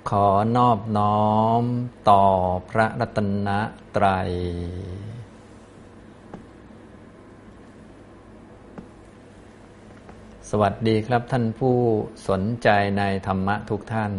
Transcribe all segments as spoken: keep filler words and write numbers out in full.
ขอนอบน้อมต่อพระรัตนตรัยสวัสดีครับท่านผู้สนใจในธรรมะทุกท่าน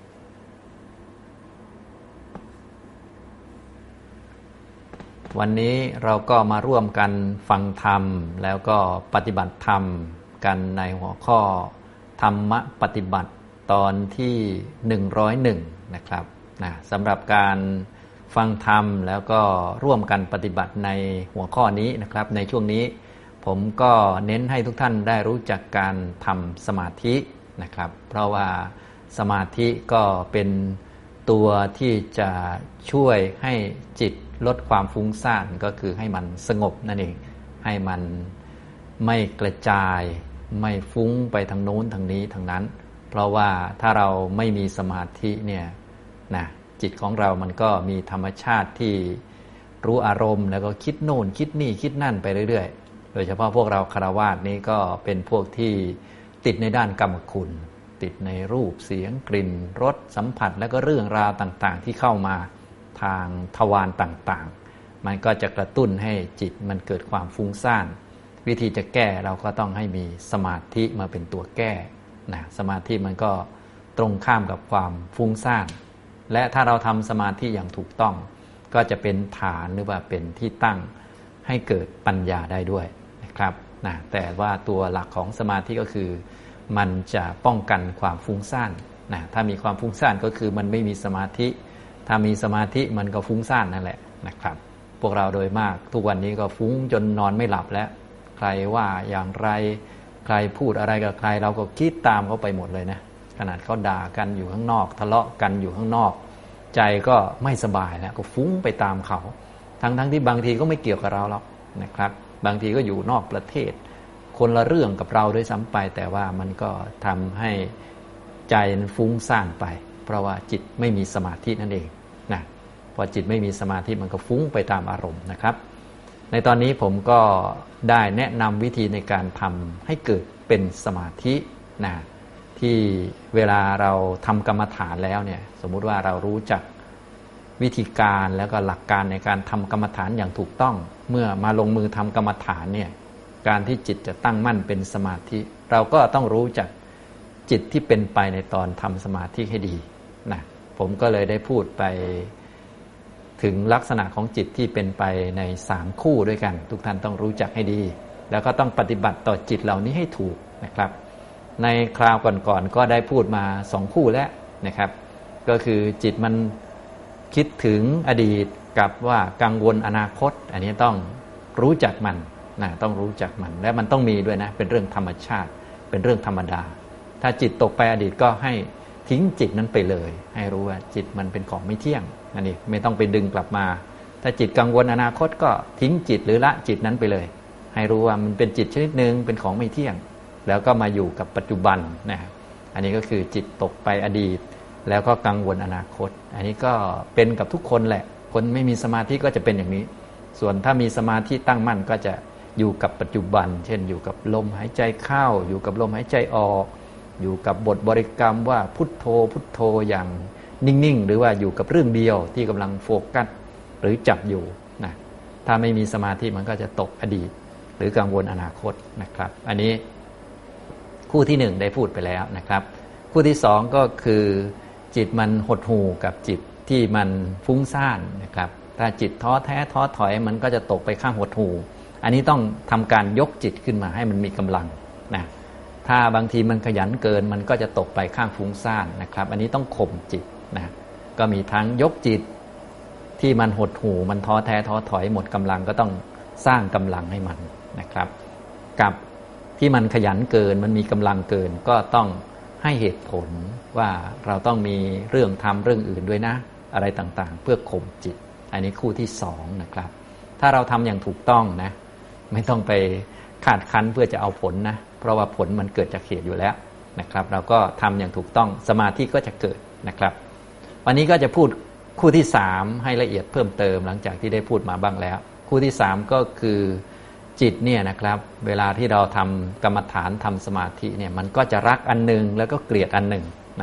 วันนี้เราก็มาร่วมกันฟังธรรมแล้วก็ปฏิบัติธรรมกันในหัวข้อธรรมะปฏิบัติตอนที่หนึ่งร้อยเอ็ดนะครับนะสำหรับการฟังธรรมแล้วก็ร่วมกันปฏิบัติในหัวข้อนี้นะครับในช่วงนี้ผมก็เน้นให้ทุกท่านได้รู้จักการทำสมาธินะครับเพราะว่าสมาธิก็เป็นตัวที่จะช่วยให้จิตลดความฟุ้งซ่านก็คือให้มันสงบนั่นเองให้มันไม่กระจายไม่ฟุ้งไปทางโน้นทางนี้ทางนั้นเพราะว่าถ้าเราไม่มีสมาธิเนี่ยนะจิตของเรามันก็มีธรรมชาติที่รู้อารมณ์แล้วก็คิดโน่นคิดนี่คิดนั่นไปเรื่อยๆโดยเฉพาะพวกเราฆราวาสนี้ก็เป็นพวกที่ติดในด้านกรรมคุณติดในรูปเสียงกลิ่นรสสัมผัสแล้วก็เรื่องราวต่างๆที่เข้ามาทางทวารต่างๆมันก็จะกระตุ้นให้จิตมันเกิดความฟุ้งซ่านวิธีจะแก้เราก็ต้องให้มีสมาธิมาเป็นตัวแก้นะสมาธิมันก็ตรงข้ามกับความฟุ้งซ่านและถ้าเราทำสมาธิอย่างถูกต้องก็จะเป็นฐานหรือว่าเป็นที่ตั้งให้เกิดปัญญาได้ด้วยนะครับนะแต่ว่าตัวหลักของสมาธิก็คือมันจะป้องกันความฟุ้งซ่านนะถ้ามีความฟุ้งซ่านก็คือมันไม่มีสมาธิถ้ามีสมาธิมันก็ฟุ้งซ่านนั่นแหละนะครับพวกเราโดยมากทุกวันนี้ก็ฟุ้งจนนอนไม่หลับแล้วใครว่าอย่างไรใครพูดอะไรกับใครเราก็คิดตามเขาไปหมดเลยนะขนาดเขาด่ากันอยู่ข้างนอกทะเลาะกันอยู่ข้างนอกใจก็ไม่สบายแล้วก็ฟุ้งไปตามเขาทั้งๆ ท, ที่บางทีก็ไม่เกี่ยวกับเราหรอกนะครับบางทีก็อยู่นอกประเทศคนละเรื่องกับเราด้วยซ้ำไปแต่ว่ามันก็ทำให้ใจมันฟุ้งซ่านไปเพราะว่าจิตไม่มีสมาธินั่นเองนะพอจิตไม่มีสมาธิมันก็ฟุ้งไปตามอารมณ์นะครับในตอนนี้ผมก็ได้แนะนำวิธีในการทำให้เกิดเป็นสมาธินะที่เวลาเราทำกรรมฐานแล้วเนี่ยสมมุติว่าเรารู้จักวิธีการแล้วก็หลักการในการทำกรรมฐานอย่างถูกต้องเมื่อมาลงมือทำกรรมฐานเนี่ยการที่จิตจะตั้งมั่นเป็นสมาธิเราก็ต้องรู้จักจิตที่เป็นไปในตอนทำสมาธิให้ดีนะผมก็เลยได้พูดไปถึงลักษณะของจิตที่เป็นไปในสามคู่ด้วยกันทุกท่านต้องรู้จักให้ดีแล้วก็ต้องปฏิบัติต่อจิตเหล่านี้ให้ถูกนะครับในคราวก่อนๆก็ได้พูดมาสองคู่แล้วนะครับก็คือจิตมันคิดถึงอดีตกับว่ากังวลอนาคตอันนี้ต้องรู้จักมันนะต้องรู้จักมันและมันต้องมีด้วยนะเป็นเรื่องธรรมชาติเป็นเรื่องธรรมดาถ้าจิตตกไปอดีตก็ให้ทิ้งจิตนั้นไปเลยให้รู้ว่าจิตมันเป็นของไม่เที่ยงอันนี้ไม่ต้องไปดึงกลับมาถ้าจิตกังวลอนาคตก็ทิ้งจิตหรือละจิตนั้นไปเลยให้รู้ว่ามันเป็นจิตชนิดนึงเป็นของไม่เที่ยงแล้วก็มาอยู่กับปัจจุบันนะครับอันนี้ก็คือจิตตกไปอดีตแล้วก็กังวลอนาคตอันนี้ก็เป็นกับทุกคนแหละคนไม่มีสมาธิก็จะเป็นอย่างนี้ส่วนถ้ามีสมาธิตั้งมั่นก็จะอยู่กับปัจจุบันเช่นอยู่กับลมหายใจเข้าอยู่กับลมหายใจออกอยู่กับบทบริกรรมว่าพุทโธพุทโธอย่างนิ่งๆหรือว่าอยู่กับเรื่องเดียวที่กำลังโฟกัสหรือจับอยู่นะถ้าไม่มีสมาธิมันก็จะตกอดีตหรือกังวลอนาคตนะครับอันนี้คู่ที่หนึ่งได้พูดไปแล้วนะครับคู่ที่สองก็คือจิตมันหดหู่กับจิตที่มันฟุ้งซ่านนะครับถ้าจิตท้อแท้ท้อถอยมันก็จะตกไปข้างหดหู่อันนี้ต้องทำการยกจิตขึ้นมาให้มันมีกำลังนะถ้าบางทีมันขยันเกินมันก็จะตกไปข้างฟุ้งซ่านนะครับอันนี้ต้องข่มจิตนะก็มีทั้งยกจิตที่มันหดหู่มันท้อแท้ท้อถอยหมดกำลังก็ต้องสร้างกำลังให้มันนะครับกับที่มันขยันเกินมันมีกำลังเกินก็ต้องให้เหตุผลว่าเราต้องมีเรื่องทำเรื่องอื่นด้วยนะอะไรต่างๆเพื่อข่มจิตอันนี้คู่ที่สองนะครับถ้าเราทำอย่างถูกต้องนะไม่ต้องไปคาดคั้นเพื่อจะเอาผลนะเพราะว่าผลมันเกิดจากเหตุอยู่แล้วนะครับเราก็ทำอย่างถูกต้องสมาธิก็จะเกิดนะครับวันนี้ก็จะพูดคู่ที่สามให้ละเอียดเพิ่มเติมหลังจากที่ได้พูดมาบ้างแล้วคู่ที่สามก็คือจิตเนี่ยนะครับเวลาที่เราทำกรรมฐานทำสมาธิเนี่ยมันก็จะรักอันนึงแล้วก็เกลียดอันหนึ่งนะ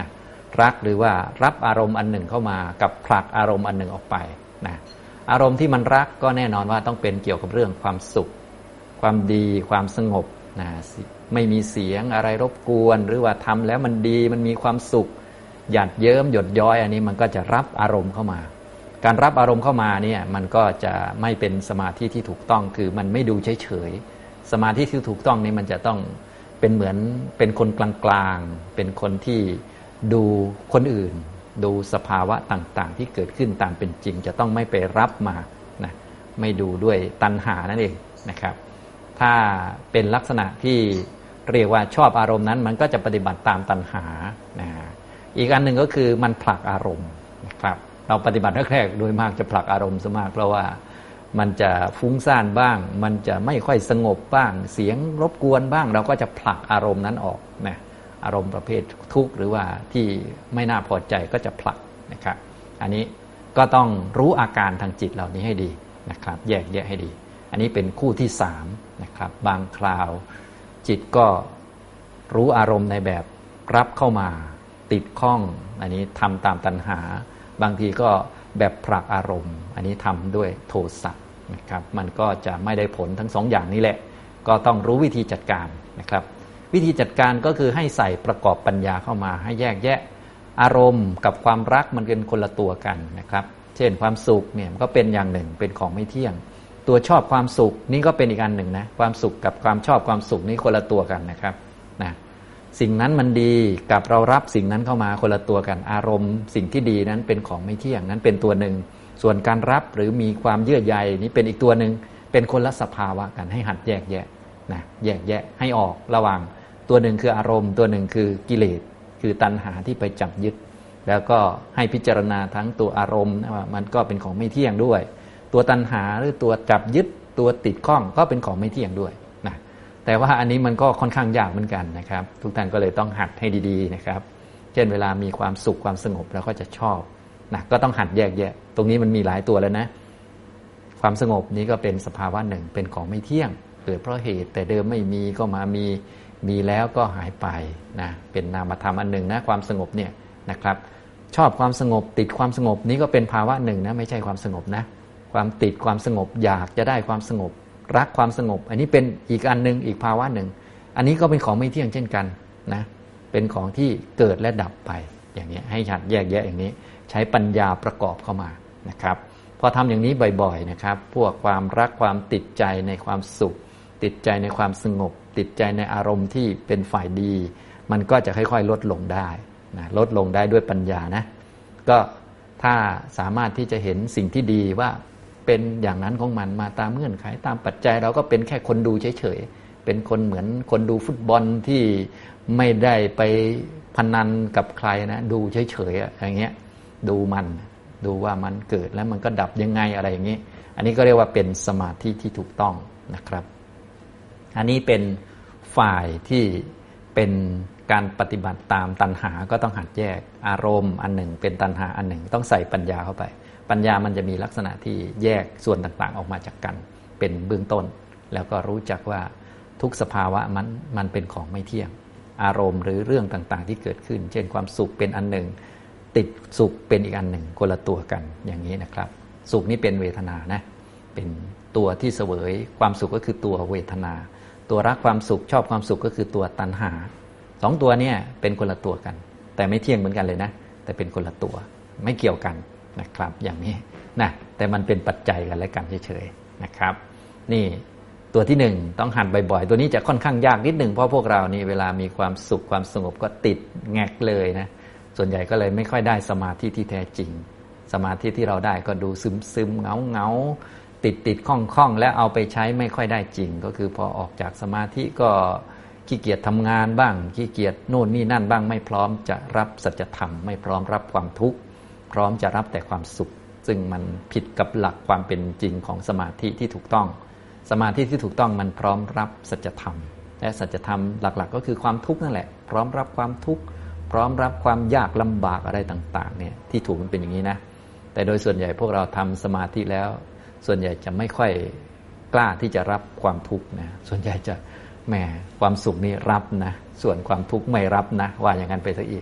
รักหรือว่ารับอารมณ์อันหนึ่งเข้ามากับผลักอารมณ์อันหนึ่งออกไปนะอารมณ์ที่มันรักก็แน่นอนว่าต้องเป็นเกี่ยวกับเรื่องความสุขความดีความสงบนะไม่มีเสียงอะไรรบกวนหรือว่าทำแล้วมันดีมันมีความสุขหยาดเยิ้มหยดย้อยอันนี้มันก็จะรับอารมณ์เข้ามาการรับอารมณ์เข้ามาเนี่ยมันก็จะไม่เป็นสมาธิที่ถูกต้องคือมันไม่ดูเฉยๆสมาธิที่ถูกต้องนี่มันจะต้องเป็นเหมือนเป็นคนกลางๆเป็นคนที่ดูคนอื่นดูสภาวะต่างๆที่เกิดขึ้นตามเป็นจริงจะต้องไม่ไปรับมานะไม่ดูด้วยตัณหานั่นเองนะครับถ้าเป็นลักษณะที่เรียกว่าชอบอารมณ์นั้นมันก็จะปฏิบัติตามตัณหานะอีกอันหนึ่งก็คือมันผลักอารมณ์นะครับเราปฏิบัติแรกๆโดยมากจะผลักอารมณ์ซะมากเพราะว่ามันจะฟุ้งซ่านบ้างมันจะไม่ค่อยสงบบ้างเสียงรบกวนบ้างเราก็จะผลักอารมณ์นั้นออกนะอารมณ์ประเภททุกข์หรือว่าที่ไม่น่าพอใจก็จะผลักนะครับอันนี้ก็ต้องรู้อาการทางจิตเหล่านี้ให้ดีนะครับแยกแยะให้ดีอันนี้เป็นคู่ที่สามนะครับบางคราวจิตก็รู้อารมณ์ในแบบรับเข้ามาติดข้องอันนี้ทำตามตัณหาบางทีก็แบบผลักอารมณ์อันนี้ทำด้วยโทสะนะครับมันก็จะไม่ได้ผลทั้งสองอย่างนี้แหละก็ต้องรู้วิธีจัดการนะครับวิธีจัดการก็คือให้ใส่ประกอบปัญญาเข้ามาให้แยกแยะอารมณ์กับความรักมันเป็นคนละตัวกันนะครับเช่นความสุขเนี่ยมันก็เป็นอย่างหนึ่งเป็นของไม่เที่ยงตัวชอบความสุขนี่ก็เป็นอีกอันหนึ่งนะความสุขกับความชอบความสุขนี่คนละตัวกันนะครับนะสิ่งนั้นมันดีกับเรารับสิ่งนั้นเข้ามาคนละตัวกันอารมณ์สิ่งที่ดีนั้นเป็นของไม่เที่ยงนั้นเป็นตัวหนึ่งส่วนการรับหรือมีความเยื่อใยนี่เป็นอีกตัวหนึ่งเป็นคนละสภาวะกันให้หัดแยกแยะนะแยกแยะให้ออกระหว่างตัวหนึ่งคืออารมณ์ตัวหนึ่งคือกิเลสคือตัณหาที่ไปจับยึดแล้วก็ให้พิจารณาทั้งตัวอารมณ์ว่ามันก็เป็นของไม่เที่ยงด้วยตัวตัณหาหรือตัวจับยึดตัวติดข้องก็เป็นของไม่เที่ยงด้วยนะแต่ว่าอันนี้มันก็ค่อนข้างยากเหมือนกันนะครับทุกท่านก็เลยต้องหัดให้ดีๆนะครับเช่นเวลามีความสุขความสงบเราก็จะชอบนะก็ต้องหัดแยกแยะตรงนี้มันมีหลายตัวแล้วนะความสงบนี้ก็เป็นสภาวะหนึ่งเป็นของไม่เที่ยงเกิดเพราะเหตุแต่เดิมไม่มีก็มามีมีแล้วก็หายไปนะเป็นนามธรรมอันหนึ่งนะความสงบเนี่ยนะครับชอบความสงบติดความสงบนี้ก็เป็นภาวะหนึ่งนะไม่ใช่ความสงบนะความติดความสงบอยากจะได้ความสงบรักความสงบอันนี้เป็นอีกอันหนึ่งอีกภาวะหนึ่งอันนี้ก็เป็นของไม่เที่ยงเช่นกันนะเป็นของที่เกิดและดับไปอย่างนี้ให้หัดแยกแยะอย่างนี้ใช้ปัญญาประกอบเข้ามานะครับพอทำอย่างนี้บ่อยๆนะครับพวกความรักความติดใจในความสุขติดใจในความสงบติดใจในอารมณ์ที่เป็นฝ่ายดีมันก็จะค่อยๆลดลงได้นะลดลงได้ด้วยปัญญานะก็ถ้าสามารถที่จะเห็นสิ่งที่ดีว่าเป็นอย่างนั้นของมันมาตามเงื่อนไขตามปัจจัยเราก็เป็นแค่คนดูเฉยๆเป็นคนเหมือนคนดูฟุตบอลที่ไม่ได้ไปพนันกับใครนะดูเฉยๆอย่างเงี้ยดูมันดูว่ามันเกิดแล้วมันก็ดับยังไงอะไรอย่างนี้อันนี้ก็เรียกว่าเป็นสมาธิที่ถูกต้องนะครับอันนี้เป็นฝ่ายที่เป็นการปฏิบัติตามตัณหาก็ต้องหัดแยกอารมณ์อันหนึ่งเป็นตัณหาอันหนึ่งต้องใส่ปัญญาเข้าไปปัญญามันจะมีลักษณะที่แยกส่วนต่างๆออกมาจากกันเป็นเบื้องต้นแล้วก็รู้จักว่าทุกสภาวะมันมันเป็นของไม่เที่ยงอารมณ์หรือเรื่องต่างๆที่เกิดขึ้นเช่นความสุขเป็นอันหนึ่งติดสุขเป็นอีกอันหนึ่งคนละตัวกันอย่างนี้นะครับสุขนี่เป็นเวทนานะเป็นตัวที่เสวยความสุขก็คือตัวเวทนาตัวรักความสุขชอบความสุขก็คือตัวตัณหาสองตัวเนี่ยเป็นคนละตัวกันแต่ไม่เที่ยงเหมือนกันเลยนะแต่เป็นคนละตัวไม่เกี่ยวกันนะครับอย่างนี้นะแต่มันเป็นปัจจัยกันและกันเฉยๆนะครับนี่ตัวที่หนึ่งต้องหัดบ่อยๆตัวนี้จะค่อนข้างยากนิดหนึ่งเพราะพวกเรานี่เวลามีความสุขความสงบก็ติดแงกเลยนะส่วนใหญ่ก็เลยไม่ค่อยได้สมาธิที่แท้จริงสมาธิที่เราได้ก็ดูซึมซึมเงาเงาติดติดคล่องคล่องและเอาไปใช้ไม่ค่อยได้จริงก็คือพอออกจากสมาธิก็ขี้เกียจทำงานบ้างขี้เกียจโน่นนี่นั่นบ้างไม่พร้อมจะรับสัจธรรมไม่พร้อมรับความทุกข์พร้อมจะรับแต่ความสุขซึ่งมันผิดกับหลักความเป็นจริงของสมาธิที่ถูกต้องสมาธิที่ถูกต้องมันพร้อมรับสัจธรรมและสัจธรรมหลักๆก็คือความทุกข์นั่นแหละพร้อมรับความทุกข์พร้อมรับความยากลำบากอะไรต่างๆเนี่ยที่ถูกมันเป็นอย่างนี้นะแต่โดยส่วนใหญ่พวกเราทำสมาธิแล้วส่วนใหญ่จะไม่ค่อยกล้าที่จะรับความทุกข์นะส่วนใหญ่จะแหมความสุขนี่รับนะส่วนความทุกข์ไม่รับนะว่าอย่างนั้นไปซะอีก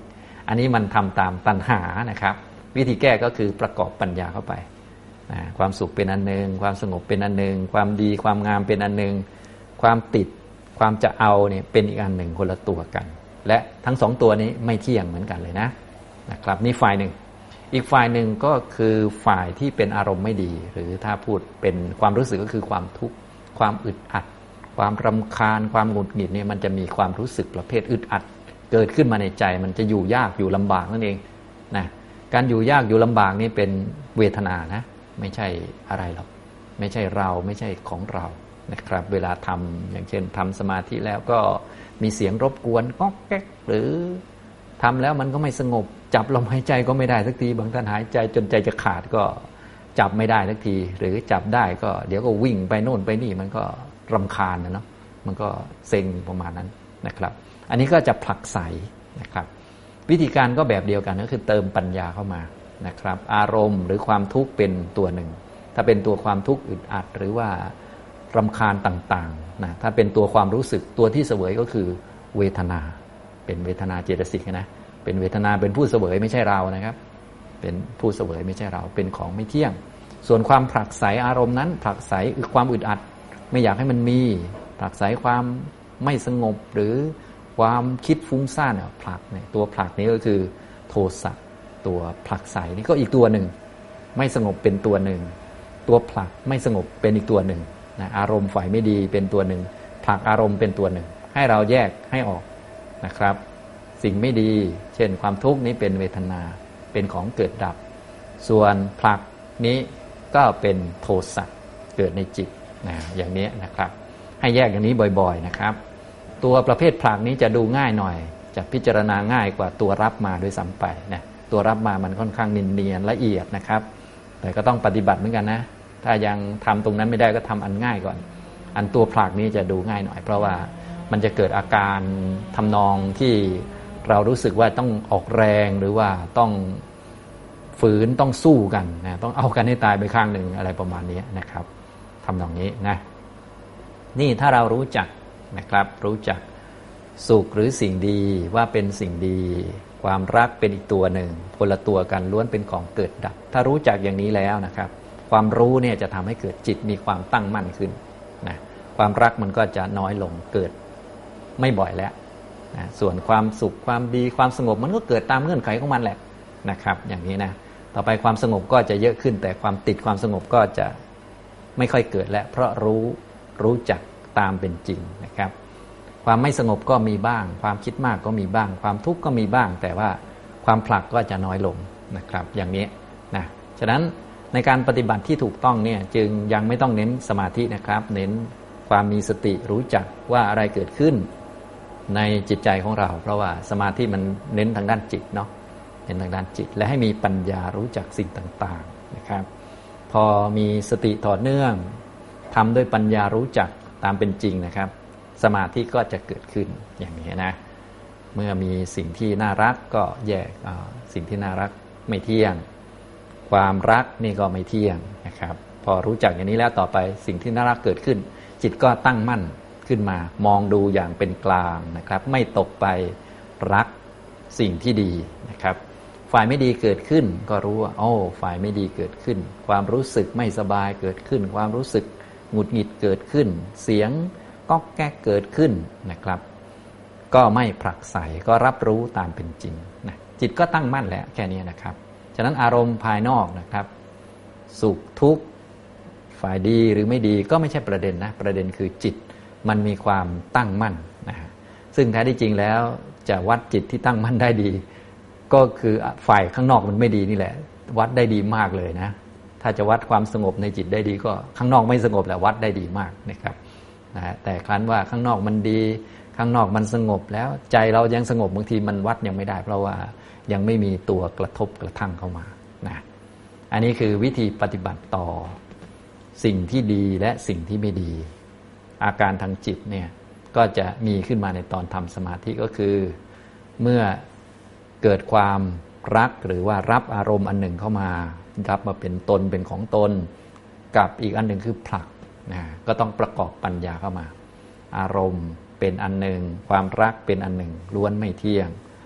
อันนี้มันทำตามตัณหานะครับวิธีแก้ก็คือประกอบปัญญาเข้าไปนะความสุขเป็นอันหนึ่งความสงบเป็นอันหนึ่งความดีความงามเป็นอันหนึ่งความติดความจะเอาเนี่ยเป็นอีกอันหนึ่งคนละตัวกันและทั้งสองตัวนี้ไม่เที่ยงเหมือนกันเลยนะนะครับนี่ฝ่ายหนึ่งอีกฝ่ายหนึ่งก็คือฝ่ายที่เป็นอารมณ์ไม่ดีหรือถ้าพูดเป็นความรู้สึกก็คือความทุกข์ความอึดอัดความรำคาญความหงุดหงิดเนี่ยมันจะมีความรู้สึกประเภทอึดอัดเกิดขึ้นมาในใจมันจะอยู่ยากอยู่ลำบากนั่นเองนะการอยู่ยากอยู่ลำบากนี่เป็นเวทนานะไม่ใช่อะไรหรอกไม่ใช่เราไม่ใช่ของเรานะครับเวลาทำอย่างเช่นทำสมาธิแล้วก็มีเสียงรบกวนก๊อกแก๊กหรือทำแล้วมันก็ไม่สงบจับลมหายใจก็ไม่ได้สักทีบางท่านหายใจจนใจจะขาดก็จับไม่ได้สักทีหรือจับได้ก็เดี๋ยวก็วิ่งไปโน่นไปนี่มันก็รำคาญนะเนาะมันก็เซ็งประมาณนั้นนะครับอันนี้ก็จะผลักไสนะครับวิธีการก็แบบเดียวกันก็คือเติมปัญญาเข้ามานะครับอารมณ์หรือความทุกข์เป็นตัวหนึ่งถ้าเป็นตัวความทุกข์อึดอัดหรือว่ารำคาญต่างๆนะถ้าเป็นตัวความรู้สึกตัวที่เสวยก็คือเวทนาเป็นเวทนาเจตสิกนะเป็นเวทนาเป็นผู้เสวยไม่ใช่เรานะครับเป็นผู้เสวยไม่ใช่เราเป็นของไม่เที่ยงส่วนความผลักไสอารมณ์นั้นผลักไสความอึดอัดไม่อยากให้มันมีผลักไสความไม่สงบหรือความคิดฟุ้งซ่านเนี่ยผลักเนี่ยตัวผลักนี้ก็คือโทสะตัวผลักไสนี่ก็อีกตัวหนึ่งไม่สงบเป็นตัวหนึ่งตัวผลักไม่สงบเป็นอีกตัวหนึ่งนะอารมณ์ฝ่ายไม่ดีเป็นตัวหนึ่งผลักอารมณ์เป็นตัวหนึ่งให้เราแยกให้ออกนะครับสิ่งไม่ดีเช่นความทุกข์นี้เป็นเวทนาเป็นของเกิดดับส่วนผลักนี้ก็เป็นโทสะเกิดในจิตนะอย่างนี้นะครับให้แยกอย่างนี้บ่อยๆนะครับตัวประเภทผลักนี้จะดูง่ายหน่อยจะพิจารณาง่ายกว่าตัวรับมาด้วยซ้ำไปนะตัวรับมามันค่อนข้างเนียนๆละเอียดนะครับแต่ก็ต้องปฏิบัติเหมือนกันนะถ้ายังทำตรงนั้นไม่ได้ก็ทำอันง่ายก่อนอันตัวผลักนี้จะดูง่ายหน่อยเพราะว่ามันจะเกิดอาการทำนองที่เรารู้สึกว่าต้องออกแรงหรือว่าต้องฝืนต้องสู้กันนะต้องเอากันให้ตายไปข้างหนึ่งอะไรประมาณนี้นะครับทำนองนี้นะนี่ถ้าเรารู้จักนะครับรู้จักสุขหรือสิ่งดีว่าเป็นสิ่งดีความรักเป็นอีกตัวหนึ่งคนละตัวกันล้วนเป็นของเกิดดับถ้ารู้จักอย่างนี้แล้วนะครับความรู้เนี่ยจะทำให้เกิดจิตมีความตั้งมั่นขึ้นนะความรักมันก็จะน้อยลงเกิดไม่บ่อยแล้วนะส่วนความสุขความดีความสงบมันก็เกิดตามเงื่อนไขของมันแหละนะครับอย่างนี้นะต่อไปความสงบก็จะเยอะขึ้นแต่ความติดความสงบก็จะไม่ค่อยเกิดแล้วเพราะรู้รู้จักตามเป็นจริงนะครับความไม่สงบก็มีบ้างความคิดมากก็มีบ้างความทุกข์ก็มีบ้างแต่ว่าความผลักก็จะน้อยลงนะครับอย่างนี้นะฉะนั้นในการปฏิบัติที่ถูกต้องเนี่ยจึงยังไม่ต้องเน้นสมาธินะครับเน้นความมีสติรู้จักว่าอะไรเกิดขึ้นในจิตใจของเราเพราะว่าสมาธิมันเน้นทางด้านจิตเนาะเน้นทางด้านจิตและให้มีปัญญารู้จักสิ่งต่างๆนะครับพอมีสติต่อเนื่องทำด้วยปัญญารู้จักตามเป็นจริงนะครับสมาธิก็จะเกิดขึ้นอย่างนี้นะเมื่อมีสิ่งที่น่ารักก็แยกสิ่งที่น่ารักไม่เที่ยงความรักนี่ก็ไม่เที่ยงนะครับพอรู้จักอย่างนี้แล้วต่อไปสิ่งที่น่ารักเกิดขึ้นจิตก็ตั้งมั่นขึ้นมามองดูอย่างเป็นกลางนะครับไม่ตกไปรักสิ่งที่ดีนะครับฝ่ายไม่ดีเกิดขึ้นก็รู้ว่าโอ้ฝ่ายไม่ดีเกิดขึ้นความรู้สึกไม่สบายเกิดขึ้นความรู้สึกหงุดหงิดเกิดขึ้นเสียงก๊อกแก๊กเกิดขึ้นนะครับก็ไม่ผลักไสก็รับรู้ตามเป็นจริงนะจิตก็ตั้งมั่นแล้วแค่นี้นะครับฉะนั้นอารมณ์ภายนอกนะครับสุขทุกข์ฝ่ายดีหรือไม่ดีก็ไม่ใช่ประเด็นนะประเด็นคือจิตมันมีความตั้งมั่นนะฮะซึ่งแท้ที่จริงแล้วจะวัดจิตที่ตั้งมั่นได้ดีก็คือฝ่ายข้างนอกมันไม่ดีนี่แหละวัดได้ดีมากเลยนะถ้าจะวัดความสงบในจิตได้ดีก็ข้างนอกไม่สงบแหละวัดได้ดีมากนะครับนะฮะแต่ครั้นว่าข้างนอกมันดีข้างนอกมันสงบแล้วใจเรายังสงบบางทีมันวัดยังไม่ได้เพราะว่ายังไม่มีตัวกระทบกระทั่งเข้ามานะอันนี้คือวิธีปฏิบัติต่อสิ่งที่ดีและสิ่งที่ไม่ดีอาการทางจิตเนี่ยก็จะมีขึ้นมาในตอนทำสมาธิก็คือเมื่อเกิดความรักหรือว่ารับอารมณ์อันหนึ่งเข้ามารับมาเป็นตนเป็นของตนกับอีกอันหนึ่งคือผลักนะก็ต้องประกอบปัญญาเข้ามาอารมณ์เป็นอันหนึ่งความรักเป็นอันหนึ่งล้วนไม่เที่ยง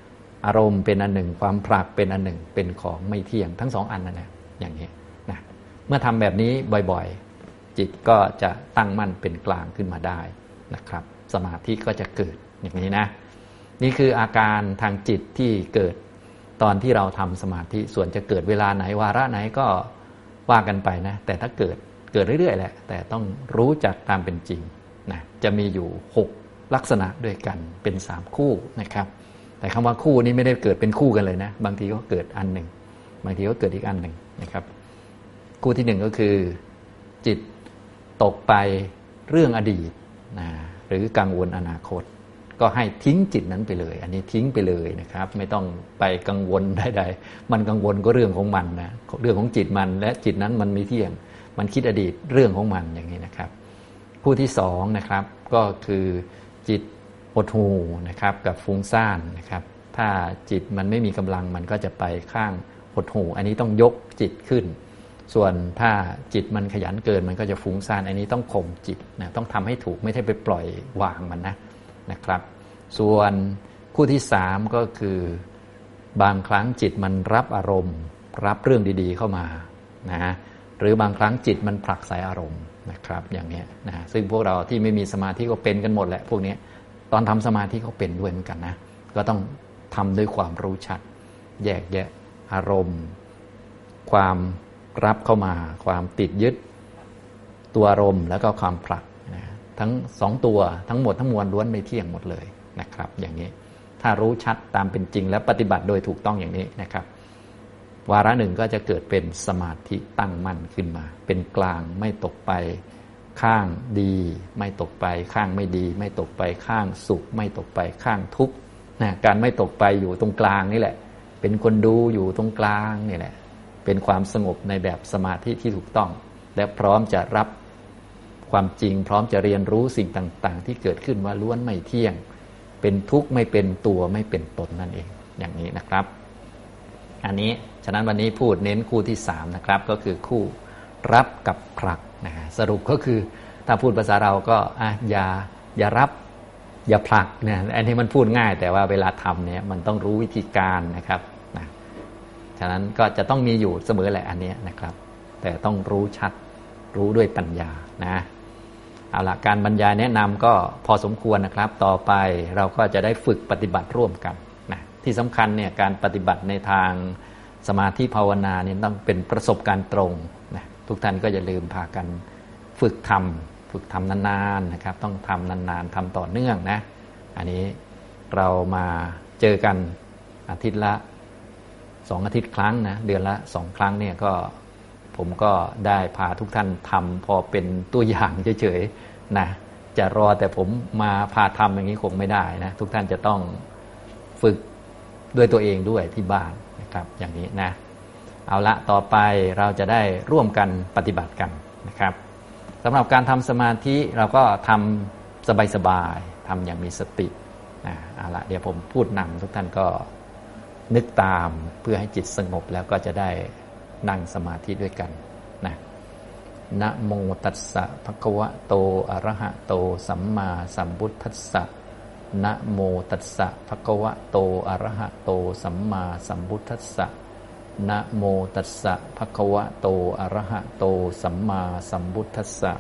อารมณ์เป็นอันหนึ่งความผลักเป็นอันหนึ่งเป็นของไม่เที่ยงทั้งสองอันนั่นแหละอย่างนี้นะเมื่อทำแบบนี้บ่อยๆจิตก็จะตั้งมั่นเป็นกลางขึ้นมาได้นะครับสมาธิก็จะเกิดอย่างนี้นะนี่คืออาการทางจิตที่เกิดตอนที่เราทำสมาธิส่วนจะเกิดเวลาไหนวาระไหนก็ว่ากันไปนะแต่ถ้าเกิดเกิดเรื่อยๆแหละแต่ต้องรู้จักตามเป็นจริงนะจะมีอยู่หกลักษณะด้วยกันเป็นสามคู่นะครับแต่คำว่าคู่นี้ไม่ได้เกิดเป็นคู่กันเลยนะบางทีก็เกิดอันหนึ่งบางทีก็เกิดอีกอันหนึ่งนะครับคู่ที่หนึ่งก็คือจิตตกไปเรื่องอดีตนะหรือกังวลอนาคตก็ให้ทิ้งจิตนั้นไปเลยอันนี้ทิ้งไปเลยนะครับไม่ต้องไปกังวลใดๆมันกังวลก็เรื่องของมันนะเรื่องของจิตมันและจิตนั้นมันไม่เที่ยงมันคิดอดีตเรื่องของมันอย่างนี้นะครับคู่ที่สองนะครับก็คือจิตหดหู่นะครับกับฟุ้งซ่านนะครับถ้าจิตมันไม่มีกำลังมันก็จะไปข้างหดหู่อันนี้ต้องยกจิตขึ้นส่วนถ้าจิตมันขยันเกินมันก็จะฟุ้งซ่านอันนี้ต้องข่มจิตนะต้องทำให้ถูกไม่ใช่ไปปล่อยวางมันนะนะครับส่วนคู่ที่สามก็คือบางครั้งจิตมันรับอารมณ์รับเรื่องดีๆเข้ามานะหรือบางครั้งจิตมันผลักไสอารมณ์นะครับอย่างนี้นะซึ่งพวกเราที่ไม่มีสมาธิก็เป็นกันหมดแหละพวกนี้ตอนทำสมาธิก็เป็นด้วยเหมือนกันนะก็ต้องทำด้วยความรู้ชัดแยกแยะอารมณ์ความรับเข้ามาความติดยึดตัวอารมณ์แล้วก็ความผลักนะทั้งสองตัวทั้งหมดทั้งมวลล้วนไม่เที่ยงหมดเลยนะครับอย่างนี้ถ้ารู้ชัดตามเป็นจริงและปฏิบัติโดยถูกต้องอย่างนี้นะครับวาระหนึ่งก็จะเกิดเป็นสมาธิตั้งมั่นขึ้นมาเป็นกลางไม่ตกไปข้างดีไม่ตกไปข้างไม่ดีไม่ตกไปข้างสุขไม่ตกไปข้างทุกข์นะการไม่ตกไปอยู่ตรงกลางนี่แหละเป็นคนดูอยู่ตรงกลางนี่แหละเป็นความสงบในแบบสมาธิที่ถูกต้องและพร้อมจะรับความจริงพร้อมจะเรียนรู้สิ่งต่างๆที่เกิดขึ้นว่าล้วนไม่เที่ยงเป็นทุกข์ไม่เป็นตัวไม่เป็นตนนั่นเองอย่างนี้นะครับอันนี้ฉะนั้นวันนี้พูดเน้นคู่ที่สามนะครับก็คือคู่รับกับผลักนะสรุปก็คือถ้าพูดภาษาเราก็อ่ะอย่าอย่ารับอย่าผลักเนี่ยอันนี้มันพูดง่ายแต่ว่าเวลาทำเนี่ยมันต้องรู้วิธีการนะครับนะฉะนั้นก็จะต้องมีอยู่เสมอแหละอันนี้นะครับแต่ต้องรู้ชัดรู้ด้วยปัญญานะเอาละการบรรยายแนะนำก็พอสมควรนะครับต่อไปเราก็จะได้ฝึกปฏิบัติร่วมกันนะที่สำคัญเนี่ยการปฏิบัติในทางสมาธิภาวนาเนี่ยต้องเป็นประสบการณ์ตรงนะทุกท่านก็อย่าลืมพากันฝึกทำฝึกทำนานๆนะครับต้องทำนานๆทำต่อเนื่องนะอันนี้เรามาเจอกันอาทิตย์ละสองอาทิตย์ครั้งนะเดือนละสองครั้งเนี่ยก็ผมก็ได้พาทุกท่านทำพอเป็นตัวอย่างเฉยๆนะจะรอแต่ผมมาพาทำอย่างนี้คงไม่ได้นะทุกท่านจะต้องฝึกด้วยตัวเองด้วยที่บ้านนะครับอย่างนี้นะเอาละต่อไปเราจะได้ร่วมกันปฏิบัติกันนะครับสำหรับการทำสมาธิเราก็ทำสบายๆทำอย่างมีสตินะเอาละเดี๋ยวผมพูดนำทุกท่านก็นึกตามเพื่อให้จิตสงบแล้วก็จะได้นั่งสมาธิด้วยกันนะนะโมตัสสะภะคะวะโตอะระหะโตสัมมาสัมพุทธัสสะนะโมตัสสะภะคะวะโตอะระหะโตสัมมาสัมพุทธัสสะนะโมตัสสะภะคะวะโตอะระหะโตสัมมาสัมพุทธัสสะ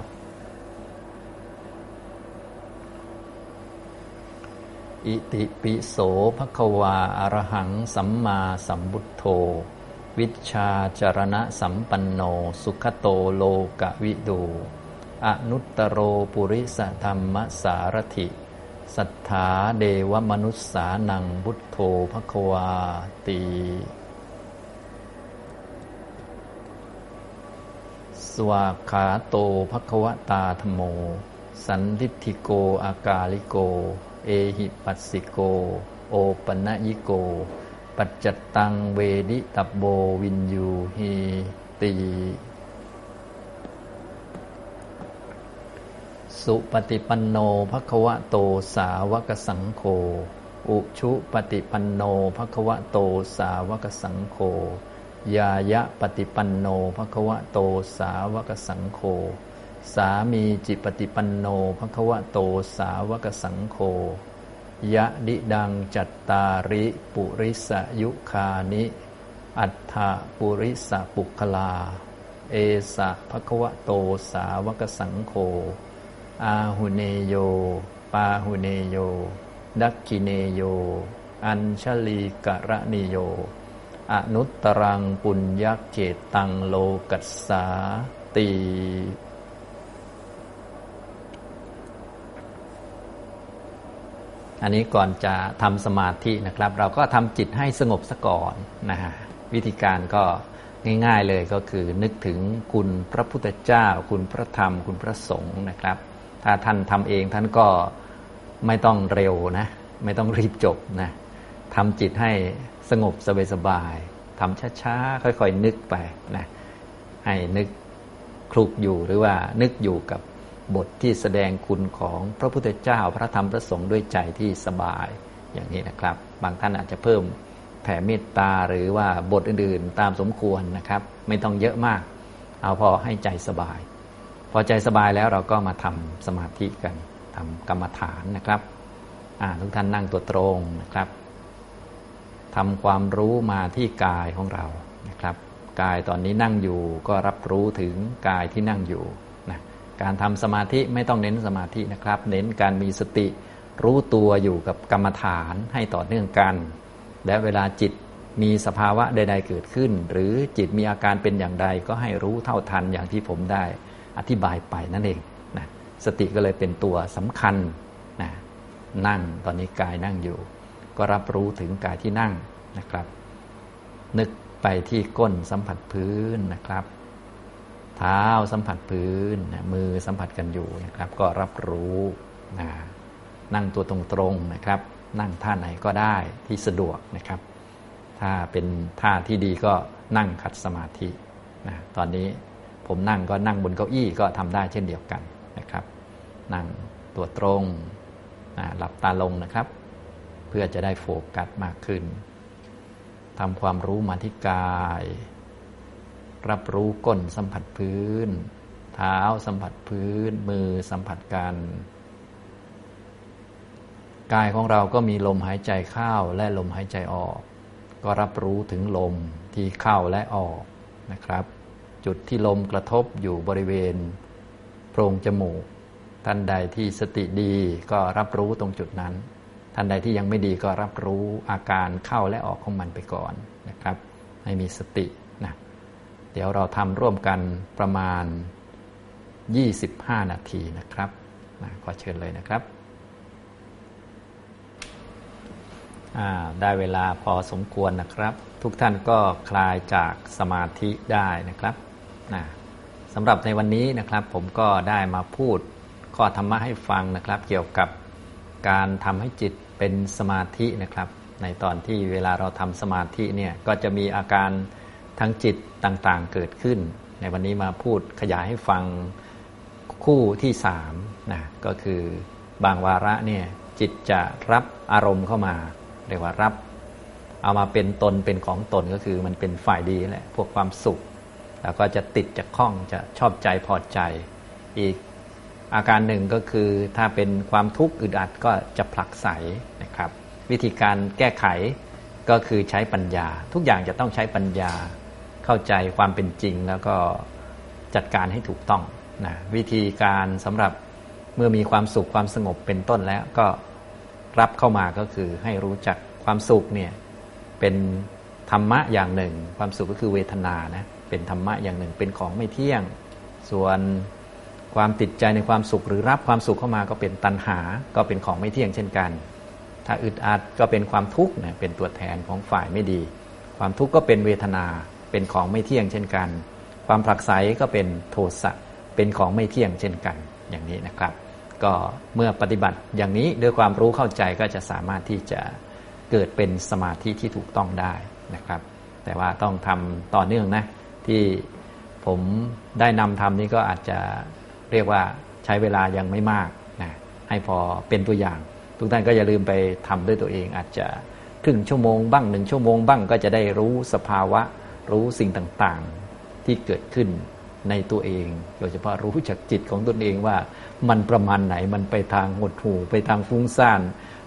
อิติปิโสภะคะวาอะระหังสัมมาสัมพุทโธวิชชาจรณะสัมปันโนสุขโตโลกวิดูอนุตตโรปุริสธรรมสารถิสัทธาเดวมนุสสานังพุทโธภควาติสวากขาโตภควตาธัมโมสันทิฏฐิโกอากาลิโกเอหิปัสสิโกโอปนยิโกปัจจตังเวดิตับโบวินยูหีติสุปฏิปันโนภควโตสาวกสังโฆอุชุปฏิปันโนภควโตสาวกสังโฆยายะปฏิปันโนภควโตสาวกสังโฆสามีจิปฏิปันโนภควโตสาวกสังโฆยะดิดังจัตตาริปุริสยุคานิอัฏฐปุริสปุคคลาเอสะภควโตสาวกสังโฆอาหุเนโยปาหุเนโยดักขิเนโยอัญชลีกะระนิโยอนุตตรังปุญญเกตังโลกัสสาติอันนี้ก่อนจะทำสมาธินะครับเราก็ทำจิตให้สงบซะก่อนนะฮะวิธีการก็ง่ายๆเลยก็คือนึกถึงคุณพระพุทธเจ้าคุณพระธรรมคุณพระสงฆ์นะครับถ้าท่านทำเองท่านก็ไม่ต้องเร็วนะไม่ต้องรีบจบนะทำจิตให้สงบสบายๆทำช้าๆค่อยๆนึกไปนะให้นึกคลุกอยู่หรือว่านึกอยู่กับบทที่แสดงคุณของพระพุทธเจ้าพระธรรมพระสงฆ์ด้วยใจที่สบายอย่างนี้นะครับบางท่านอาจจะเพิ่มแผ่เมตตาหรือว่าบทอื่นๆตามสมควรนะครับไม่ต้องเยอะมากเอาพอให้ใจสบายพอใจสบายแล้วเราก็มาทำสมาธิกันทำกรรมฐานนะครับทุกท่านนั่งตัวตรงนะครับทำความรู้มาที่กายของเรานะครับกายตอนนี้นั่งอยู่ก็รับรู้ถึงกายที่นั่งอยู่นะการทำสมาธิไม่ต้องเน้นสมาธินะครับเน้นการมีสติรู้ตัวอยู่กับกรรมฐานให้ต่อเนื่องกันและเวลาจิตมีสภาวะใดๆเกิดขึ้นหรือจิตมีอาการเป็นอย่างใดก็ให้รู้เท่าทันอย่างที่ผมได้อธิบายไปนั่นเองนะสติก็เลยเป็นตัวสำคัญนะนั่งตอนนี้กายนั่งอยู่ก็รับรู้ถึงกายที่นั่งนะครับนึกไปที่ก้นสัมผัสพื้นนะครับเท้าสัมผัสพื้นนะมือสัมผัสกันอยู่นะครับก็รับรู้นะนั่งตัวตรงๆนะครับนั่งท่าไหนก็ได้ที่สะดวกนะครับถ้าเป็นท่าที่ดีก็นั่งขัดสมาธินะตอนนี้ผมนั่งก็นั่งบนเก้าอี้ก็ทำได้เช่นเดียวกันนะครับนั่งตัวตรงนะหลับตาลงนะครับเพื่อจะได้โฟกัสมากขึ้นทำความรู้มาที่กายรับรู้ก้นสัมผัสพื้นเท้าสัมผัสพื้นมือสัมผัสกันกายของเราก็มีลมหายใจเข้าและลมหายใจออกก็รับรู้ถึงลมที่เข้าและออกนะครับจุดที่ลมกระทบอยู่บริเวณโพรงจมูกท่านใดที่สติดีก็รับรู้ตรงจุดนั้นท่านใดที่ยังไม่ดีก็รับรู้อาการเข้าและออกของมันไปก่อนนะครับให้มีสตินะเดี๋ยวเราทำร่วมกันประมาณยี่สิบห้านาทีนะครับนะขอเชิญเลยนะครับได้เวลาพอสมควรนะครับทุกท่านก็คลายจากสมาธิได้นะครับนะสำหรับในวันนี้นะครับผมก็ได้มาพูดข้อธรรมะให้ฟังนะครับเกี่ยวกับการทำให้จิตเป็นสมาธินะครับในตอนที่เวลาเราทำสมาธิเนี่ยก็จะมีอาการทางจิตต่างๆเกิดขึ้นในวันนี้มาพูดขยายให้ฟังคู่ที่สามนะก็คือบางวาระเนี่ยจิตจะรับอารมณ์เข้ามาเรียกว่ารับเอามาเป็นตนเป็นของตนก็คือมันเป็นฝ่ายดีแหละพวกความสุขแล้วก็จะติดจะคล้องจะชอบใจพอใจอีกอาการหนึ่งก็คือถ้าเป็นความทุกข์อึดอัดก็จะผลักไสนะครับวิธีการแก้ไขก็คือใช้ปัญญาทุกอย่างจะต้องใช้ปัญญาเข้าใจความเป็นจริงแล้วก็จัดการให้ถูกต้องนะวิธีการสำหรับเมื่อมีความสุขความสงบเป็นต้นแล้วก็รับเข้ามาก็คือให้รู้จักความสุขเนี่ยเป็นธรรมะอย่างหนึ่งความสุขก็คือเวทนานะเป็นธรรมะอย่างหนึ่งเป็นของไม่เที่ยงส่วนความติดใจในความสุขหรือรับความสุขเข้ามาก็เป็นตัณหาก็เป็นของไม่เที่ยงเช่นกันถ้าอึดอัดก็เป็นความทุกข์นะเป็นตัวแทนของฝ่ายไม่ดีความทุกข์ก็เป็นเวทนาเป็นของไม่เที่ยงเช่นกันความผลักไสก็เป็นโทสะเป็นของไม่เที่ยงเช่นกันอย่างนี้นะครับก็เมื่อปฏิบัติอย่างนี้ด้วยความรู้เข้าใจก็จะสามารถที่จะเกิดเป็นสมาธิที่ถูกต้องได้นะครับแต่ว่าต้องทำต่อเนื่องนะที่ผมได้นำทำนี้ก็อาจจะเรียกว่าใช้เวลายังไม่มากนะให้พอเป็นตัวอย่างทุกท่านก็อย่าลืมไปทำด้วยตัวเองอาจจะครึ่งชั่วโมงบ้างหนึ่งชั่วโมงบ้างก็จะได้รู้สภาวะรู้สิ่งต่างๆที่เกิดขึ้นในตัวเองโดยเฉพาะรู้จากจิตของตนเองว่ามันประมาณไหนมันไปทางหดหู่ไปทางฟุ้งซ่าน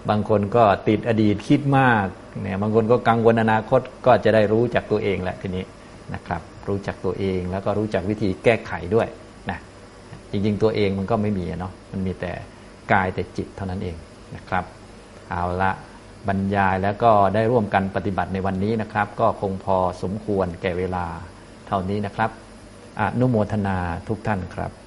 บางคนก็ติดอดีตคิดมากเนี่ยบางคนก็กังวลอนาคตก็จะได้รู้จักตัวเองแหละทีนี้นะครับรู้จักตัวเองแล้วก็รู้จักวิธีแก้ไขด้วยนะจริงๆตัวเองมันก็ไม่มีเนาะมันมีแต่กายแต่จิตเท่านั้นเองนะครับเอาละบรรยายแล้วก็ได้ร่วมกันปฏิบัติในวันนี้นะครับก็คงพอสมควรแก่เวลาเท่านี้นะครับอนุโมทนาทุกท่านครับ